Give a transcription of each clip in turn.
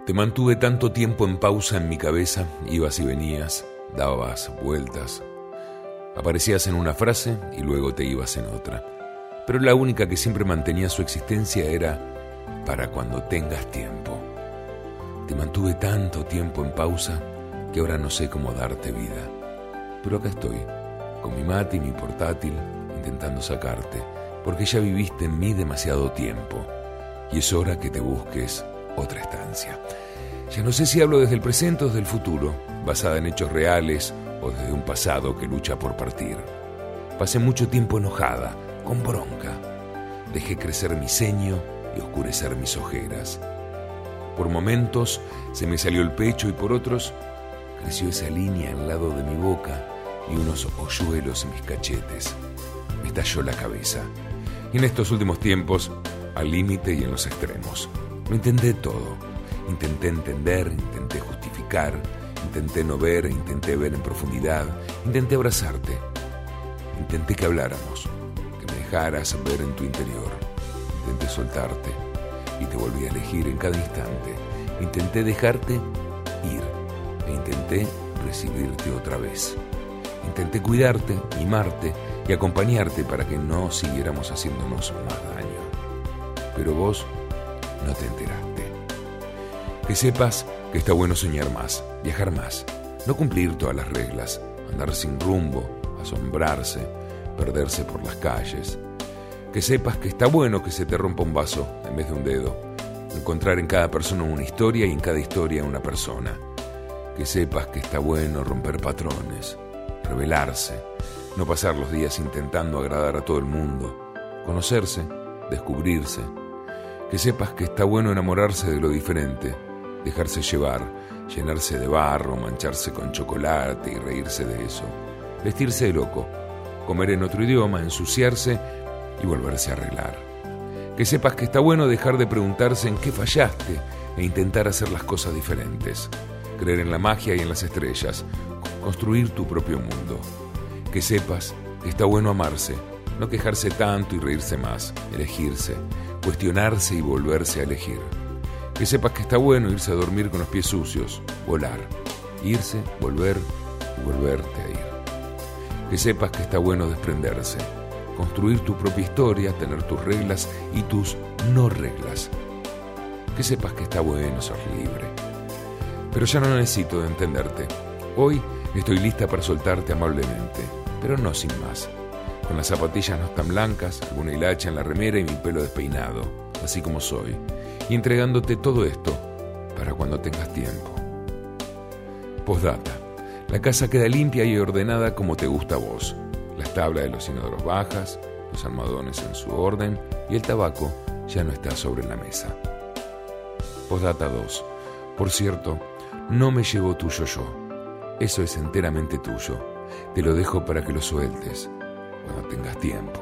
Te mantuve tanto tiempo en pausa en mi cabeza, ibas y venías, dabas vueltas. Aparecías en una frase y luego te ibas en otra. Pero la única que siempre mantenía su existencia era para cuando tengas tiempo. Te mantuve tanto tiempo en pausa que ahora no sé cómo darte vida. Pero acá estoy, con mi mate y mi portátil, intentando sacarte, porque ya viviste en mí demasiado tiempo y es hora que te busques otra estancia. Ya no sé si hablo desde el presente o desde el futuro, basada en hechos reales o desde un pasado que lucha por partir. Pasé mucho tiempo enojada, con bronca. Dejé crecer mi ceño y oscurecer mis ojeras. Por momentos se me salió el pecho y por otros creció esa línea al lado de mi boca y unos hoyuelos en mis cachetes. Me estalló la cabeza. Y en estos últimos tiempos, al límite y en los extremos. Lo intenté todo. Intenté entender, intenté justificar, intenté no ver, intenté ver en profundidad, intenté abrazarte. Intenté que habláramos, que me dejaras ver en tu interior. Intenté soltarte y te volví a elegir en cada instante. Intenté dejarte ir e intenté recibirte otra vez. Intenté cuidarte, mimarte y acompañarte para que no siguiéramos haciéndonos más daño. Pero vos no te enteraste. Que sepas que está bueno soñar más, viajar más, no cumplir todas las reglas, andar sin rumbo, asombrarse, perderse por las calles. Que sepas que está bueno que se te rompa un vaso en vez de un dedo, encontrar en cada persona una historia y en cada historia una persona. Que sepas que está bueno romper patrones, rebelarse, no pasar los días intentando agradar a todo el mundo, conocerse, descubrirse. Que sepas que está bueno enamorarse de lo diferente, dejarse llevar, llenarse de barro, mancharse con chocolate y reírse de eso, vestirse de loco, comer en otro idioma, ensuciarse y volverse a arreglar. Que sepas que está bueno dejar de preguntarse en qué fallaste e intentar hacer las cosas diferentes, creer en la magia y en las estrellas, construir tu propio mundo. Que sepas que está bueno amarse, no quejarse tanto y reírse más, elegirse, cuestionarse y volverse a elegir. Que sepas que está bueno irse a dormir con los pies sucios, volar, irse, volver y volverte a ir. Que sepas que está bueno desprenderse, construir tu propia historia, tener tus reglas y tus no reglas. Que sepas que está bueno ser libre. Pero ya no necesito de entenderte. Hoy estoy lista para soltarte amablemente, pero no sin más. Con las zapatillas no tan blancas, alguna hilacha en la remera y mi pelo despeinado, así como soy, y entregándote todo esto para cuando tengas tiempo. Postdata. La casa queda limpia y ordenada como te gusta a vos. Las tablas de los inodoros bajas, los almohadones en su orden y el tabaco ya no está sobre la mesa. Postdata 2. Por cierto, no me llevo tu yo-yo. Eso es enteramente tuyo. Te lo dejo para que lo sueltes cuando tengas tiempo.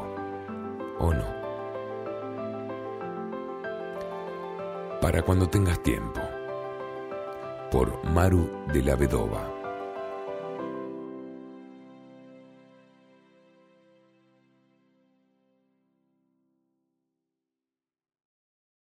¿O no? Para cuando tengas tiempo. Por Maru de la Vedova.